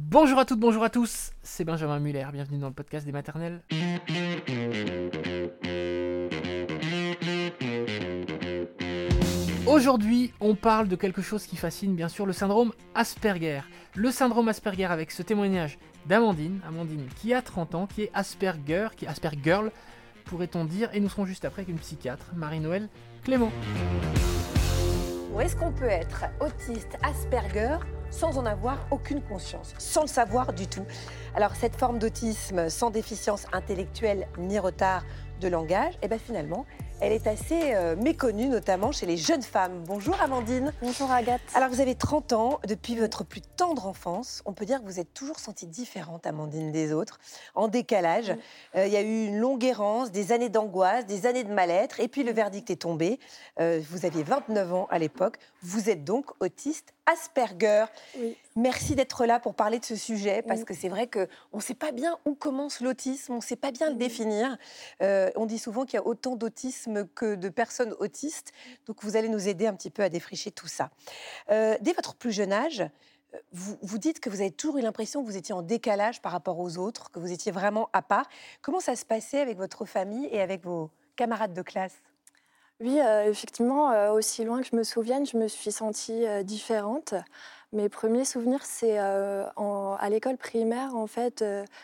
Bonjour à toutes, bonjour à tous, c'est Benjamin Muller, bienvenue dans le podcast des maternelles. Aujourd'hui, on parle de quelque chose qui fascine bien sûr, le syndrome Asperger. Le syndrome Asperger avec ce témoignage d'Amandine, Amandine qui a 30 ans, qui est Asperger, qui est Aspergirl, pourrait-on dire, et nous serons juste après avec une psychiatre, Marie-Noëlle Clément. Est-ce qu'on peut être autiste Asperger sans en avoir aucune conscience, sans le savoir du tout? Alors cette forme d'autisme sans déficience intellectuelle ni retard de langage, finalement, elle est assez méconnue, notamment chez les jeunes femmes. Bonjour Amandine. Bonjour Agathe. Alors vous avez 30 ans, depuis votre plus tendre enfance, on peut dire que vous êtes toujours sentie différente, Amandine, des autres, en décalage. Il y a eu une longue errance, des années d'angoisse, des années de mal-être, et puis le verdict est tombé. Vous aviez 29 ans à l'époque, vous êtes donc autiste Asperger. Oui. Merci d'être là pour parler de ce sujet, parce que c'est vrai qu'on ne sait pas bien où commence l'autisme, on ne sait pas bien le définir. On dit souvent qu'il y a autant d'autisme que de personnes autistes, donc vous allez nous aider un petit peu à défricher tout ça. Dès votre plus jeune âge, vous dites que vous avez toujours eu l'impression que vous étiez en décalage par rapport aux autres, que vous étiez vraiment à part. Comment ça se passait avec votre famille et avec vos camarades de classe ? Oui, effectivement, aussi loin que je me souvienne, je me suis sentie différente. Mes premiers souvenirs, c'est à l'école primaire, en fait.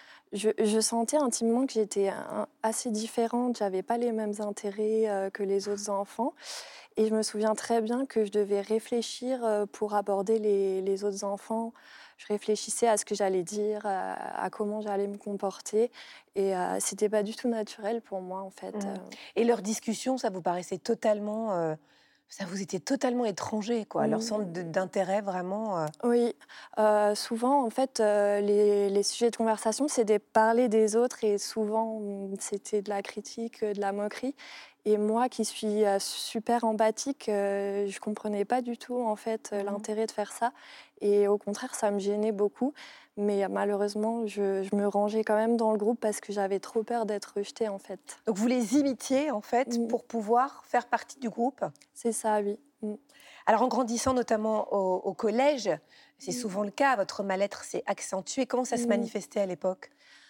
Je sentais intimement que j'étais assez différente, j'avais pas les mêmes intérêts que les autres enfants. Et je me souviens très bien que je devais réfléchir pour aborder les autres enfants. Je réfléchissais à ce que j'allais dire, à comment j'allais me comporter. Et c'était pas du tout naturel pour moi, en fait. Et leur discussion, ça vous paraissait totalement... ça vous était totalement étranger, quoi. Leur centre d'intérêt, vraiment... Oui, souvent, en fait, les sujets de conversation, c'est de parler des autres et souvent, c'était de la critique, de la moquerie. Et moi, qui suis super empathique, je comprenais pas du tout, en fait, l'intérêt de faire ça. Et au contraire, ça me gênait beaucoup. Mais malheureusement, je me rangeais quand même dans le groupe parce que j'avais trop peur d'être rejetée, en fait. Donc vous les imitiez, en fait, pour pouvoir faire partie du groupe ? C'est ça, oui. Alors en grandissant notamment au collège, c'est souvent le cas, votre mal-être s'est accentué. Comment ça se manifestait à l'époque ?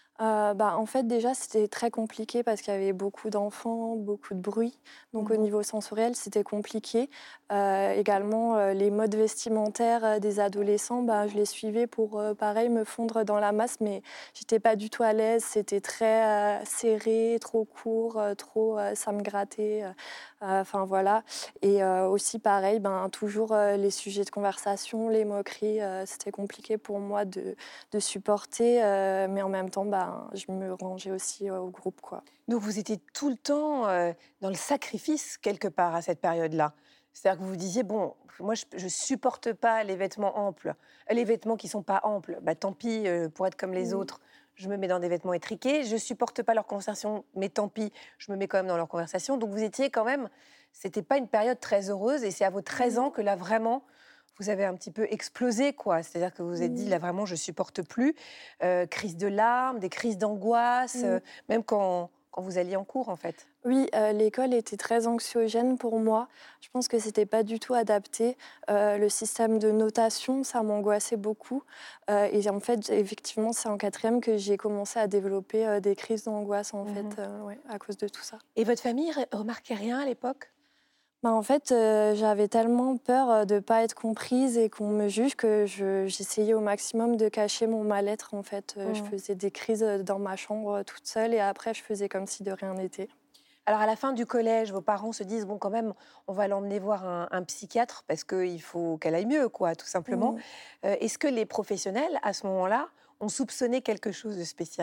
En fait, déjà, c'était très compliqué parce qu'il y avait beaucoup d'enfants, beaucoup de bruit. Donc, au niveau sensoriel, c'était compliqué. Également, les modes vestimentaires des adolescents, je les suivais pour, pareil, me fondre dans la masse, mais j'étais pas du tout à l'aise. C'était très serré, trop court, ça me grattait. Enfin, voilà. Et aussi, pareil, toujours les sujets de conversation, les moqueries, c'était compliqué pour moi de supporter, mais en même temps, je me rangeais aussi au groupe, quoi. Donc vous étiez tout le temps dans le sacrifice, quelque part, à cette période-là. C'est-à-dire que vous vous disiez, bon, moi, je ne supporte pas les vêtements amples. Les vêtements qui ne sont pas amples, tant pis, pour être comme les autres, je me mets dans des vêtements étriqués. Je ne supporte pas leur conversation, mais tant pis, je me mets quand même dans leur conversation. Donc vous étiez quand même... C'était pas une période très heureuse, et c'est à vos 13 ans que là, vraiment... Vous avez un petit peu explosé, quoi. C'est-à-dire que vous vous êtes dit, là, vraiment, je ne supporte plus. Crise de larmes, des crises d'angoisse, même quand vous alliez en cours, en fait. Oui, l'école était très anxiogène pour moi. Je pense que c'était pas du tout adapté. Le système de notation, ça m'angoissait beaucoup. Et en fait, effectivement, c'est en 4e que j'ai commencé à développer des crises d'angoisse, en fait, à cause de tout ça. Et votre famille remarquait rien à l'époque ? En fait, j'avais tellement peur de ne pas être comprise et qu'on me juge que j'essayais au maximum de cacher mon mal-être. En fait, je faisais des crises dans ma chambre toute seule et après, je faisais comme si de rien n'était. Alors, à la fin du collège, vos parents se disent, bon, quand même, on va l'emmener voir un psychiatre parce qu'il faut qu'elle aille mieux, quoi, tout simplement. Est-ce que les professionnels, à ce moment-là, ont soupçonné quelque chose de spécial ?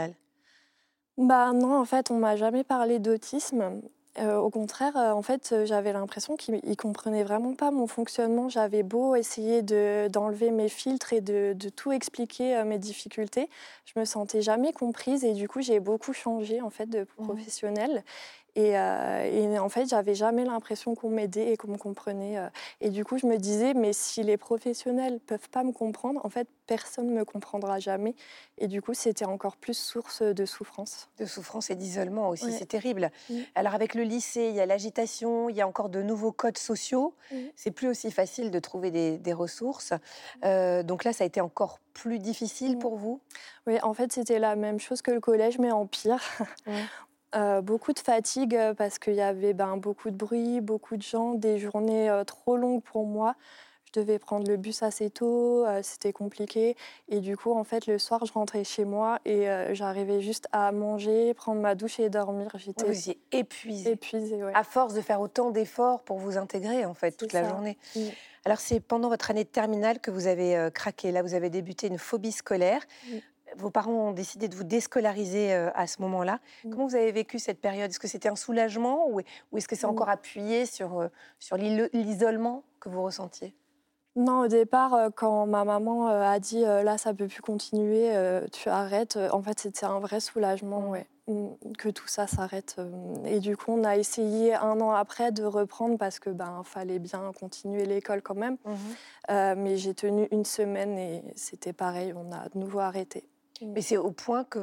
Non, en fait, on m'a jamais parlé d'autisme. Au contraire, en fait, j'avais l'impression qu'ils comprenaient vraiment pas mon fonctionnement. J'avais beau essayer d'enlever mes filtres et de tout expliquer mes difficultés, je me sentais jamais comprise et du coup, j'ai beaucoup changé en fait de professionnel. Et en fait, j'avais jamais l'impression qu'on m'aidait et qu'on me comprenait. Et du coup, je me disais, mais si les professionnels peuvent pas me comprendre, en fait, personne ne me comprendra jamais. Et du coup, c'était encore plus source de souffrance. De souffrance et d'isolement aussi, Ouais. c'est terrible. Mm. Alors avec le lycée, il y a l'agitation, il y a encore de nouveaux codes sociaux. Mm. C'est plus aussi facile de trouver des ressources. Donc là, ça a été encore plus difficile Mm. pour vous? Oui, en fait, c'était la même chose que le collège, mais en pire. Ouais. Beaucoup de fatigue parce qu'il y avait beaucoup de bruit, beaucoup de gens, des journées trop longues pour moi. Je devais prendre le bus assez tôt, c'était compliqué. Et du coup, en fait, le soir, je rentrais chez moi et j'arrivais juste à manger, prendre ma douche et dormir. Ouais, J'étais vous étiez épuisée. épuisée, ouais. À force de faire autant d'efforts pour vous intégrer, en fait, C'est toute la ça. journée. Mm. Alors c'est pendant votre année de terminale que vous avez craqué. Là, vous avez débuté une phobie scolaire. Mm. Vos parents ont décidé de vous déscolariser à ce moment-là. Mm. Comment vous avez vécu cette période? Est-ce que c'était un soulagement ou est-ce que c'est Mm. encore appuyé sur l'isolement que vous ressentiez? Non, au départ, quand ma maman a dit là, ça peut plus continuer, tu arrêtes, en fait, c'était un vrai soulagement, Mm. ouais, que tout ça s'arrête. Et du coup, on a essayé 1 an après de reprendre parce que fallait bien continuer l'école quand même. Mhm. Mais j'ai tenu 1 semaine et c'était pareil, on a de nouveau arrêté. Mais c'est au point que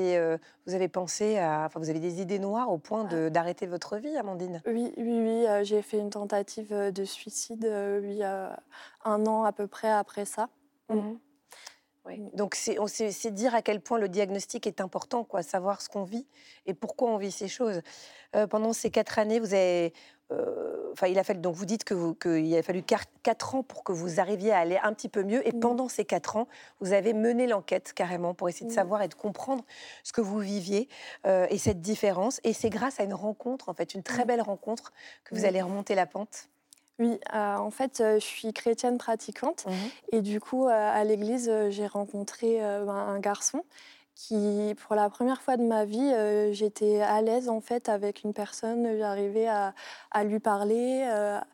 vous avez pensé à... Enfin, vous avez des idées noires au point d'arrêter votre vie, Amandine? Oui, oui, oui, j'ai fait une tentative de suicide, oui, 1 an à peu près après ça. Mm. Mhm. Oui. Mm. Donc c'est dire à quel point le diagnostic est important, quoi, savoir ce qu'on vit et pourquoi on vit ces choses. Pendant ces 4 années, vous avez, enfin, il a fallu, donc vous dites qu'il a fallu 4 ans pour que vous arriviez à aller un petit peu mieux. Et Mm. pendant ces 4 ans, vous avez mené l'enquête carrément pour essayer de Mm. savoir et de comprendre ce que vous viviez et cette différence. Et c'est grâce à une rencontre, en fait, une très Mm. belle rencontre, que vous Mm. allez remonter la pente. Oui, en fait, je suis chrétienne pratiquante Mhm. et du coup, à l'église, j'ai rencontré, un garçon qui, pour la première fois de ma vie, j'étais à l'aise, en fait, avec une personne. J'arrivais à lui parler,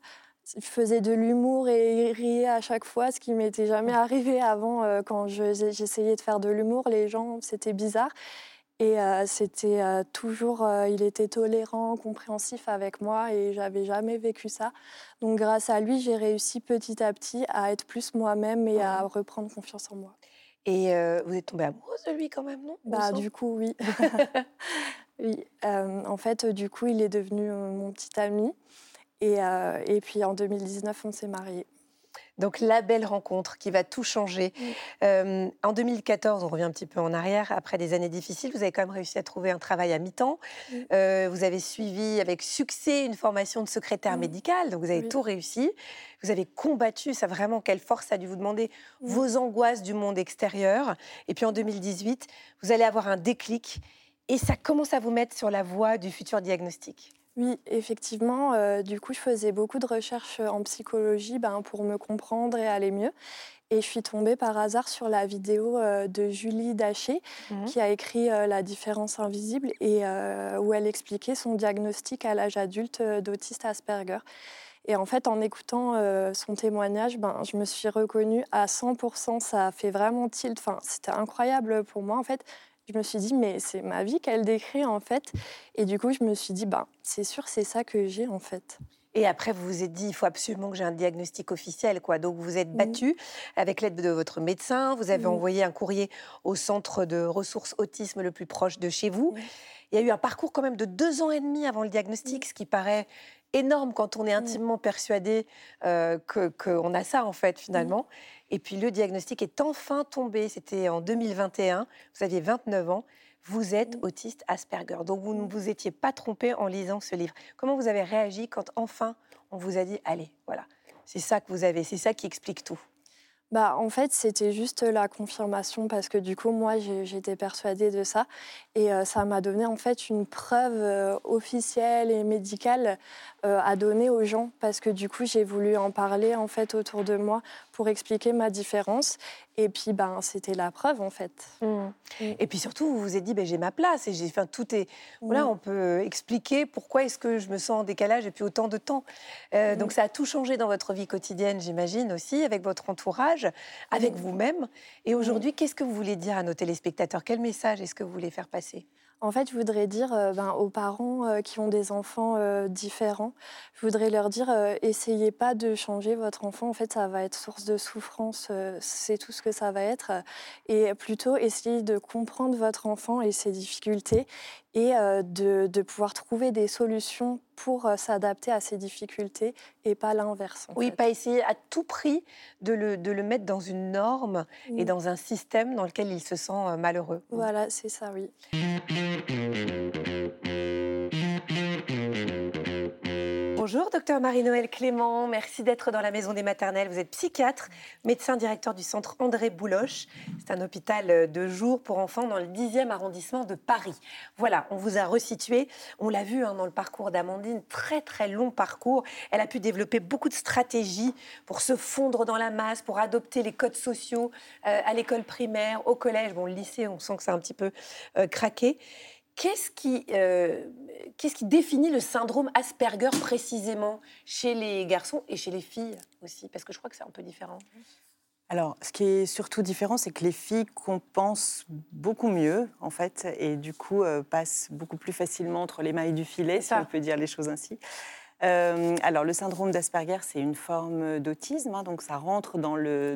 il faisait de l'humour et il riait à chaque fois, ce qui m'était jamais arrivé avant, quand j'essayais de faire de l'humour. Les gens, c'était bizarre. Et c'était toujours, il était tolérant, compréhensif avec moi et j'avais jamais vécu ça. Donc grâce à lui, j'ai réussi petit à petit à être plus moi-même et à Mhm. reprendre confiance en moi. Et vous êtes tombée amoureuse de lui quand même, non? Il me semble. Du coup, oui. Oui, en fait, du coup, il est devenu, mon petit ami et puis en 2019, on s'est mariés. Donc la belle rencontre qui va tout changer. En 2014, on revient un petit peu en arrière, après des années difficiles, vous avez quand même réussi à trouver un travail à mi-temps. Mmh. Vous avez suivi avec succès une formation de secrétaire Mmh. médicale, donc vous avez Oui. tout réussi. Vous avez combattu, ça vraiment, quelle force ça a dû vous demander, vos angoisses du monde extérieur. Et puis en 2018, vous allez avoir un déclic et ça commence à vous mettre sur la voie du futur diagnostic. Oui, effectivement, du coup, je faisais beaucoup de recherches en psychologie pour me comprendre et aller mieux. Et je suis tombée par hasard sur la vidéo de Julie Daché, Mhm. qui a écrit La différence invisible, et où elle expliquait son diagnostic à l'âge adulte d'autiste Asperger. Et en fait, en écoutant son témoignage, je me suis reconnue à 100%. Ça a fait vraiment tilt. Enfin, c'était incroyable pour moi, en fait. Je me suis dit, mais c'est ma vie qu'elle décrit, en fait. Et du coup, je me suis dit, c'est sûr, c'est ça que j'ai, en fait. Et après, vous vous êtes dit, il faut absolument que j'ai un diagnostic officiel, quoi. Donc, vous vous êtes battu avec l'aide de votre médecin. Vous avez envoyé un courrier au centre de ressources autisme le plus proche de chez vous. Il y a eu un parcours quand même de 2 ans et demi avant le diagnostic, ce qui paraît énorme quand on est intimement persuadé qu'on a ça, en fait, finalement. Et puis, le diagnostic est enfin tombé. C'était en 2021. Vous aviez 29 ans. Vous êtes autiste Asperger. Donc, vous ne vous étiez pas trompé en lisant ce livre. Comment vous avez réagi quand enfin on vous a dit, allez, voilà, c'est ça que vous avez, c'est ça qui explique tout? En fait, c'était juste la confirmation parce que du coup, moi, j'étais persuadée de ça. Et ça m'a donné en fait une preuve officielle et médicale à donner aux gens parce que du coup, j'ai voulu en parler en fait autour de moi pour expliquer ma différence. Et puis, c'était la preuve en fait. Et puis surtout, vous vous êtes dit, j'ai ma place et j'ai, tout est, voilà, on peut expliquer pourquoi est-ce que je me sens en décalage depuis autant de temps. Donc ça a tout changé dans votre vie quotidienne, j'imagine aussi, avec votre entourage, avec vous-même. Et aujourd'hui, qu'est-ce que vous voulez dire à nos téléspectateurs? Quel message est-ce que vous voulez faire passer? En fait, je voudrais dire aux parents qui ont des enfants différents, je voudrais leur dire essayez pas de changer votre enfant. En fait, ça va être source de souffrance, c'est tout ce que ça va être. Et plutôt essayez de comprendre votre enfant et ses difficultés et de pouvoir trouver des solutions pour s'adapter à ses difficultés et pas l'inverse, en Oui, fait. pas essayer à tout prix de le mettre dans une norme et Mm. dans un système dans lequel il se sent malheureux. Voilà, c'est ça, oui. Bonjour, docteur Marie-Noëlle Clément. Merci d'être dans la Maison des Maternelles. Vous êtes psychiatre, médecin directeur du centre André Bouloche. C'est un hôpital de jour pour enfants dans le 10e arrondissement de Paris. Voilà, on vous a resitué. On l'a vu dans le parcours d'Amandine, très très long parcours. Elle a pu développer beaucoup de stratégies pour se fondre dans la masse, pour adopter les codes sociaux à l'école primaire, au collège. Bon, le lycée, on sent que c'est un petit peu craqué. Qu'est-ce qui définit le syndrome Asperger précisément chez les garçons et chez les filles aussi? Parce que je crois que c'est un peu différent. Alors, ce qui est surtout différent, c'est que les filles compensent beaucoup mieux, en fait, et du coup, passent beaucoup plus facilement entre les mailles du filet, si on peut dire les choses ainsi. Alors, le syndrome d'Asperger, c'est une forme d'autisme, donc ça rentre dans le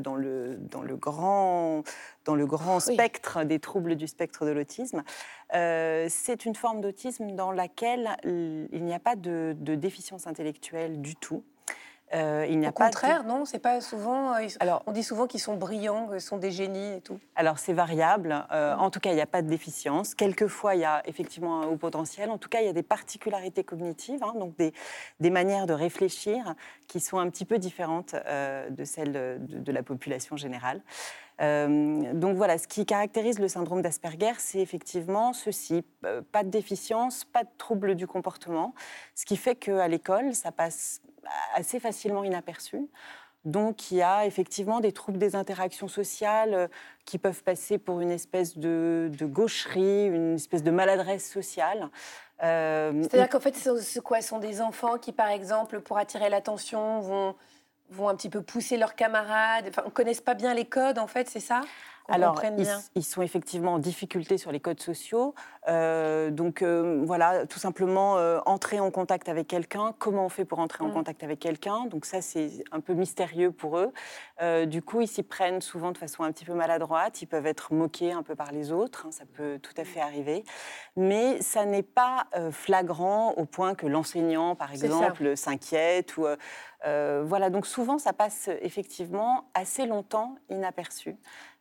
grand spectre des troubles du spectre de l'autisme. C'est une forme d'autisme dans laquelle il n'y a pas de déficience intellectuelle du tout. Il n'y a Au pas contraire, non, c'est pas souvent. Alors, on dit souvent qu'ils sont brillants, qu'ils sont des génies et tout. Alors, c'est variable. En tout cas, il n'y a pas de déficience. Quelquefois, il y a effectivement un haut potentiel. En tout cas, il y a des particularités cognitives, donc des manières de réfléchir qui sont un petit peu différentes de celles de la population générale. Donc voilà, ce qui caractérise le syndrome d'Asperger, c'est effectivement ceci, pas de déficience, pas de trouble du comportement, ce qui fait qu'à l'école, ça passe assez facilement inaperçu. Donc, il y a effectivement des troubles des interactions sociales qui peuvent passer pour une espèce de gaucherie, une espèce de maladresse sociale. C'est-à-dire qu'en fait, ce sont des enfants qui, par exemple, pour attirer l'attention, vont un petit peu pousser leurs camarades. Enfin, on ne connaisse pas bien les codes, en fait, c'est ça? Alors, ils sont effectivement en difficulté sur les codes sociaux. Voilà, tout simplement entrer en contact avec quelqu'un. Comment on fait pour entrer en contact avec quelqu'un? Donc ça, c'est un peu mystérieux pour eux. Du coup, ils s'y prennent souvent de façon un petit peu maladroite. Ils peuvent être moqués un peu par les autres. Ça peut tout à fait arriver. Mais ça n'est pas flagrant au point que l'enseignant, par exemple, s'inquiète. Voilà, donc souvent, ça passe effectivement assez longtemps inaperçu.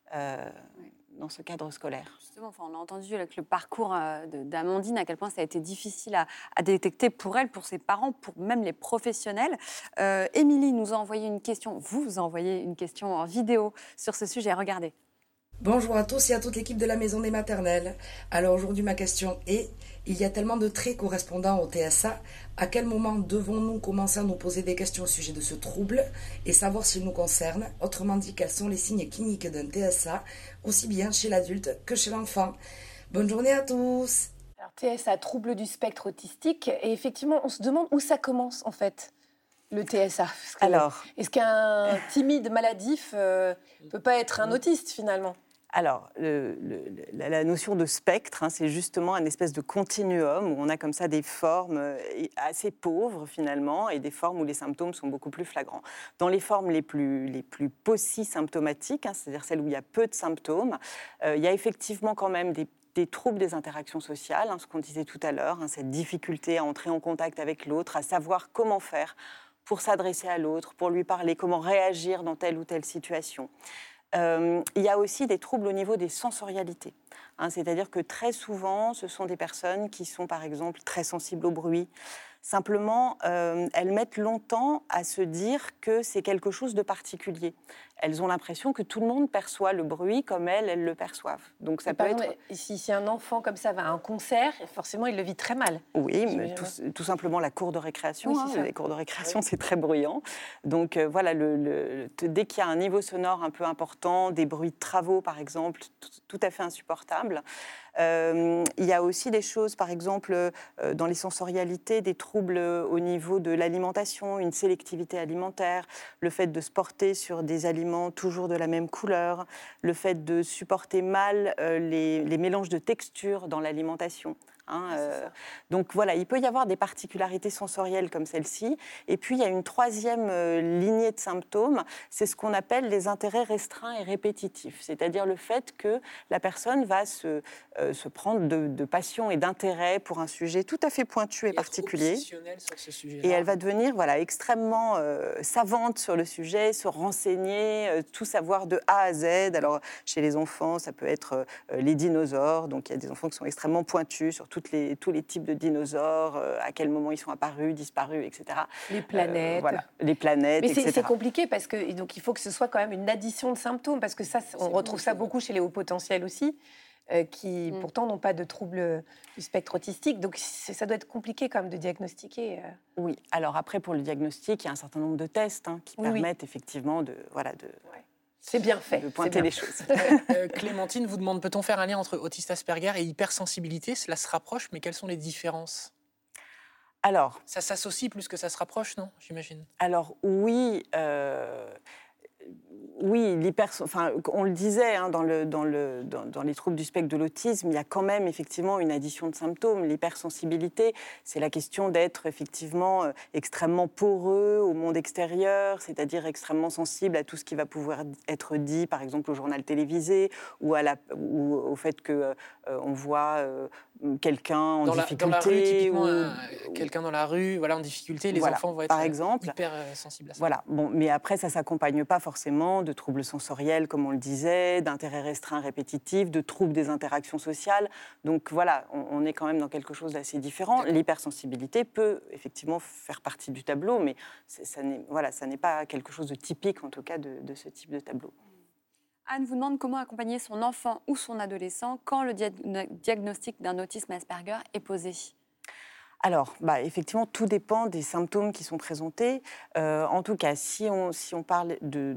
Dans ce cadre scolaire. Justement, on a entendu avec le parcours d'Amandine à quel point ça a été difficile à détecter pour elle, pour ses parents, pour même les professionnels. Émilie nous a envoyé une question, vous a envoyé une question en vidéo sur ce sujet. Regardez. Bonjour à tous et à toute l'équipe de la Maison des Maternelles. Alors aujourd'hui ma question est, il y a tellement de traits correspondant au TSA, à quel moment devons-nous commencer à nous poser des questions au sujet de ce trouble et savoir s'il nous concerne? Autrement dit, quels sont les signes cliniques d'un TSA, aussi bien chez l'adulte que chez l'enfant? Bonne journée à tous. Alors TSA, trouble du spectre autistique, et effectivement on se demande où ça commence en fait. Le TSA. Alors, est-ce qu'un timide maladif peut pas être un autiste finalement? Alors, la notion de spectre, c'est justement une espèce de continuum où on a comme ça des formes assez pauvres finalement et des formes où les symptômes sont beaucoup plus flagrants. Dans les formes les plus paucisymptomatiques, c'est-à-dire celles où il y a peu de symptômes, il y a effectivement quand même des troubles des interactions sociales, ce qu'on disait tout à l'heure, cette difficulté à entrer en contact avec l'autre, à savoir comment faire pour s'adresser à l'autre, pour lui parler, comment réagir dans telle ou telle situation. Il y a aussi des troubles au niveau des sensorialités. C'est-à-dire que très souvent, ce sont des personnes qui sont, par exemple, très sensibles au bruit. Simplement, elles mettent longtemps à se dire que c'est quelque chose de particulier. Elles ont l'impression que tout le monde perçoit le bruit comme elles le perçoivent. Donc ça peut être... Si un enfant comme ça va à un concert, forcément, il le vit très mal. Oui, mais tout simplement la cour de récréation. Les cours de récréation, c'est très bruyant. Donc voilà, dès qu'il y a un niveau sonore un peu important, des bruits de travaux, par exemple, tout à fait insupportables. Il y a aussi des choses, par exemple, dans les sensorialités, des troubles au niveau de l'alimentation, une sélectivité alimentaire, le fait de se porter sur des aliments aliments toujours de la même couleur, le fait de supporter mal les mélanges de textures dans l'alimentation. Donc voilà, il peut y avoir des particularités sensorielles comme celle-ci. Et puis, il y a une troisième lignée de symptômes, c'est ce qu'on appelle les intérêts restreints et répétitifs. C'est-à-dire le fait que la personne va se prendre de passion et d'intérêt pour un sujet tout à fait pointu et particulier. Sur ce sujet-là. Et elle va devenir extrêmement savante sur le sujet, se renseigner, tout savoir de A à Z. Alors, chez les enfants, ça peut être les dinosaures. Donc, il y a des enfants qui sont extrêmement pointus sur tous les types de dinosaures, à quel moment ils sont apparus, disparus, etc. Les planètes. Les planètes, Mais etc. c'est compliqué parce que donc, il faut que ce soit quand même une addition de symptômes, parce que ça, on retrouve ça beaucoup chez les hauts potentiels aussi, qui pourtant n'ont pas de troubles du spectre autistique. Donc ça doit être compliqué quand même de diagnostiquer. Oui, alors après pour le diagnostic, il y a un certain nombre de tests qui permettent effectivement de C'est bien fait. de pointer les choses. Clémentine vous demande, peut-on faire un lien entre autiste Asperger et hypersensibilité? Cela se rapproche, mais quelles sont les différences? Alors, ça s'associe plus que ça se rapproche, non? J'imagine. Alors oui, on le disait dans les troubles du spectre de l'autisme, il y a quand même effectivement une addition de symptômes. L'hypersensibilité, c'est la question d'être effectivement extrêmement poreux au monde extérieur, c'est-à-dire extrêmement sensible à tout ce qui va pouvoir être dit, par exemple au journal télévisé, ou au fait que on voit quelqu'un en difficulté. Dans la rue, typiquement, quelqu'un dans la rue, en difficulté, les enfants vont être par exemple, hyper sensibles à ça. Voilà. Bon, mais après, ça ne s'accompagne pas forcément de troubles sensoriels, comme on le disait, d'intérêts restreints répétitifs, de troubles des interactions sociales. Donc voilà, on est quand même dans quelque chose d'assez différent. L'hypersensibilité peut effectivement faire partie du tableau, mais ça n'est pas quelque chose de typique, en tout cas, de ce type de tableau. Anne vous demande comment accompagner son enfant ou son adolescent quand le diagnostic d'un autisme Asperger est posé. Alors, effectivement, tout dépend des symptômes qui sont présentés. En tout cas, si on parle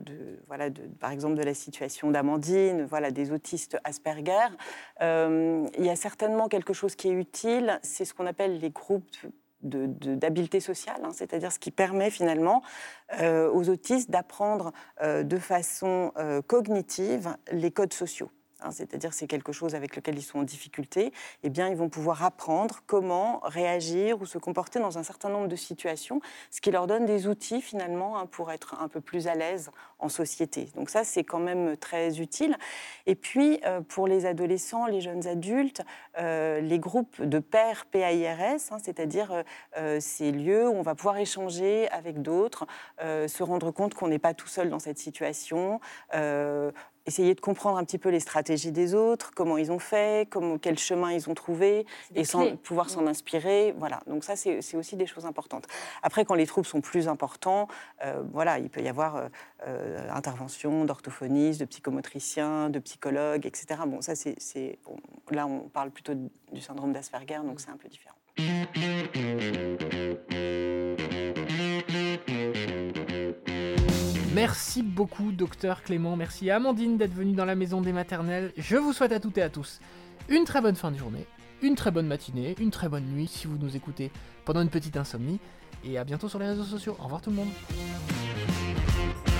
par exemple de la situation d'Amandine, des autistes Asperger, il y a certainement quelque chose qui est utile, c'est ce qu'on appelle les groupes d'habileté sociale, c'est-à-dire ce qui permet finalement aux autistes d'apprendre de façon cognitive les codes sociaux. C'est-à-dire c'est quelque chose avec lequel ils sont en difficulté, eh bien ils vont pouvoir apprendre comment réagir ou se comporter dans un certain nombre de situations, ce qui leur donne des outils finalement pour être un peu plus à l'aise en société. Donc ça c'est quand même très utile. Et puis pour les adolescents, les jeunes adultes, les groupes de pairs PAIRS, c'est-à-dire ces lieux où on va pouvoir échanger avec d'autres, se rendre compte qu'on n'est pas tout seul dans cette situation, essayer de comprendre un petit peu les stratégies des autres, comment ils ont fait, quel chemin ils ont trouvé, et pouvoir s'en inspirer. Voilà. Donc ça, c'est aussi des choses importantes. Après, quand les troubles sont plus importants, il peut y avoir intervention d'orthophonistes, de psychomotriciens, de psychologues, etc. Bon, ça, là, on parle plutôt du syndrome d'Asperger, donc c'est un peu différent. Merci beaucoup, docteur Clément. Merci à Amandine d'être venue dans la maison des maternelles. Je vous souhaite à toutes et à tous une très bonne fin de journée, une très bonne matinée, une très bonne nuit si vous nous écoutez pendant une petite insomnie. Et à bientôt sur les réseaux sociaux. Au revoir tout le monde.